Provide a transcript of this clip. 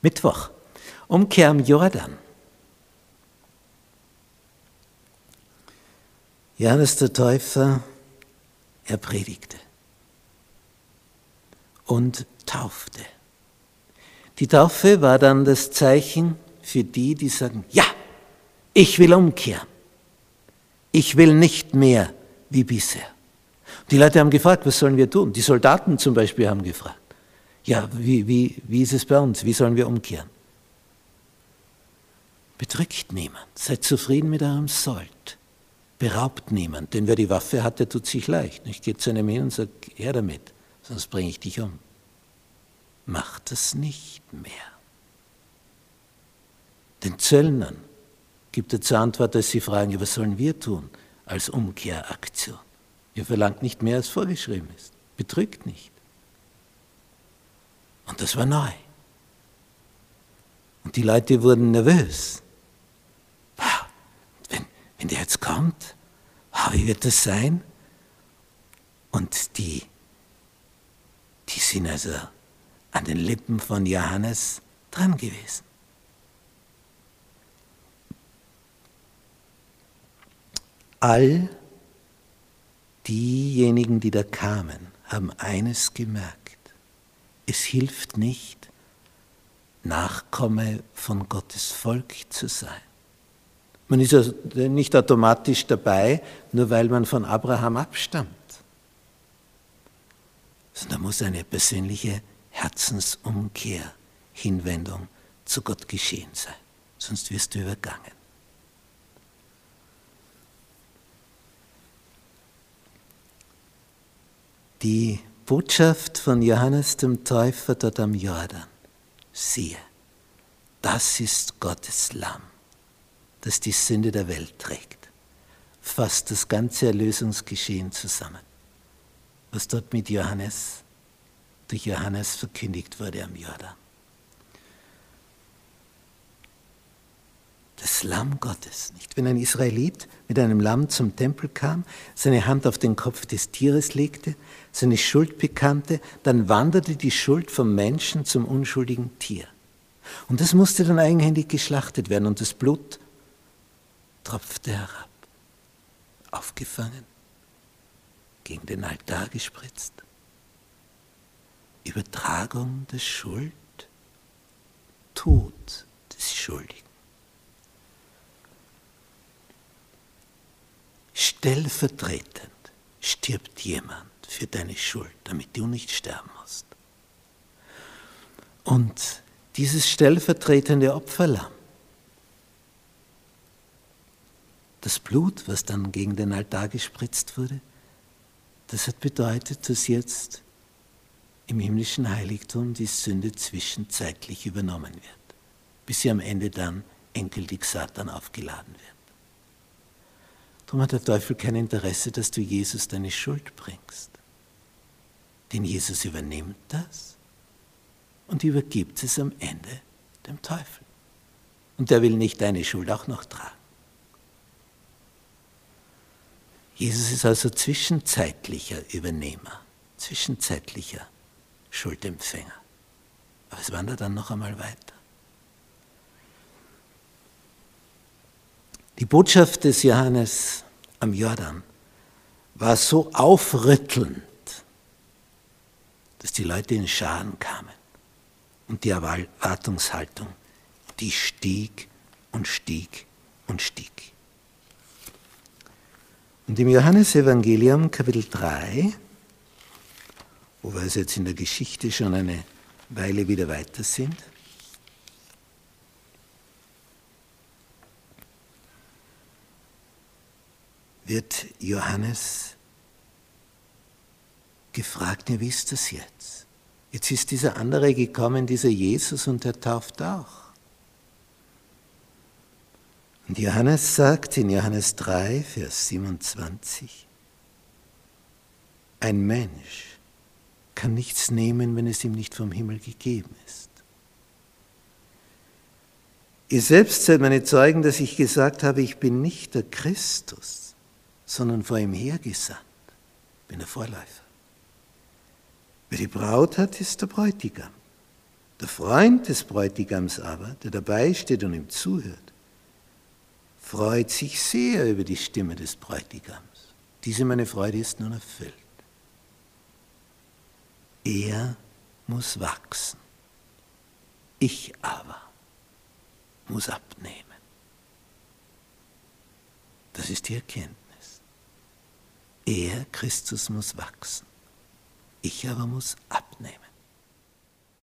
Mittwoch, Umkehr am Jordan. Johannes der Täufer, er predigte und taufte. Die Taufe war dann das Zeichen für die, die sagen, ja, ich will umkehren. Ich will nicht mehr wie bisher. Die Leute haben gefragt, was sollen wir tun? Die Soldaten zum Beispiel haben gefragt, ja, wie ist es bei uns? Wie sollen wir umkehren? Bedrückt niemand, seid zufrieden mit eurem Sold. Beraubt niemand, denn wer die Waffe hat, der tut sich leicht. Ich gehe zu einem hin und sage, her damit, sonst bringe ich dich um. Macht das nicht mehr. Den Zöllnern gibt er zur Antwort, als sie fragen, was sollen wir tun als Umkehraktion? Ihr verlangt nicht mehr, als vorgeschrieben ist. Betrügt nicht. Und das war neu. Und die Leute wurden nervös. Wow, wenn der jetzt kommt, wie wird das sein? Und die sind also an den Lippen von Johannes dran gewesen. All diejenigen, die da kamen, haben eines gemerkt. Es hilft nicht, Nachkomme von Gottes Volk zu sein. Man ist ja nicht automatisch dabei, nur weil man von Abraham abstammt. Sondern da muss eine persönliche Herzensumkehr, Hinwendung zu Gott geschehen sein. Sonst wirst du übergangen. Die Botschaft von Johannes dem Täufer dort am Jordan. Siehe, das ist Gottes Lamm, das die Sünde der Welt trägt. Fasst das ganze Erlösungsgeschehen zusammen, was dort durch Johannes verkündigt wurde am Jordan. Das Lamm Gottes, nicht? Wenn ein Israelit mit einem Lamm zum Tempel kam, seine Hand auf den Kopf des Tieres legte, seine Schuld bekannte, dann wanderte die Schuld vom Menschen zum unschuldigen Tier. Und das musste dann eigenhändig geschlachtet werden und das Blut tropfte herab, aufgefangen, gegen den Altar gespritzt. Übertragung der Schuld, Tod des Schuldigen. Stellvertretend stirbt jemand für deine Schuld, damit du nicht sterben musst. Und dieses stellvertretende Opferlamm, das Blut, was dann gegen den Altar gespritzt wurde, das hat bedeutet, dass jetzt im himmlischen Heiligtum die Sünde zwischenzeitlich übernommen wird, bis sie am Ende dann endgültig Satan aufgeladen wird. Darum hat der Teufel kein Interesse, dass du Jesus deine Schuld bringst. Denn Jesus übernimmt das und übergibt es am Ende dem Teufel. Und der will nicht deine Schuld auch noch tragen. Jesus ist also zwischenzeitlicher Übernehmer, zwischenzeitlicher Schuldempfänger. Aber es wandert dann noch einmal weiter. Die Botschaft des Johannes am Jordan war so aufrüttelnd, dass die Leute in Scharen kamen. Und die Erwartungshaltung, die stieg und stieg und stieg. Und im Johannesevangelium Kapitel 3, wo wir also jetzt in der Geschichte schon eine Weile wieder weiter sind, wird Johannes gefragt, ja, wie ist das jetzt? Jetzt ist dieser andere gekommen, dieser Jesus, und er tauft auch. Und Johannes sagt in Johannes 3, Vers 27, ein Mensch kann nichts nehmen, wenn es ihm nicht vom Himmel gegeben ist. Ihr selbst seid meine Zeugen, dass ich gesagt habe, ich bin nicht der Christus, sondern vor ihm hergesandt. Ich bin der Vorläufer. Wer die Braut hat, ist der Bräutigam. Der Freund des Bräutigams aber, der dabei steht und ihm zuhört, freut sich sehr über die Stimme des Bräutigams. Diese meine Freude ist nun erfüllt. Er muss wachsen, ich aber muss abnehmen. Das ist die Erkenntnis. Er, Christus, muss wachsen, ich aber muss abnehmen.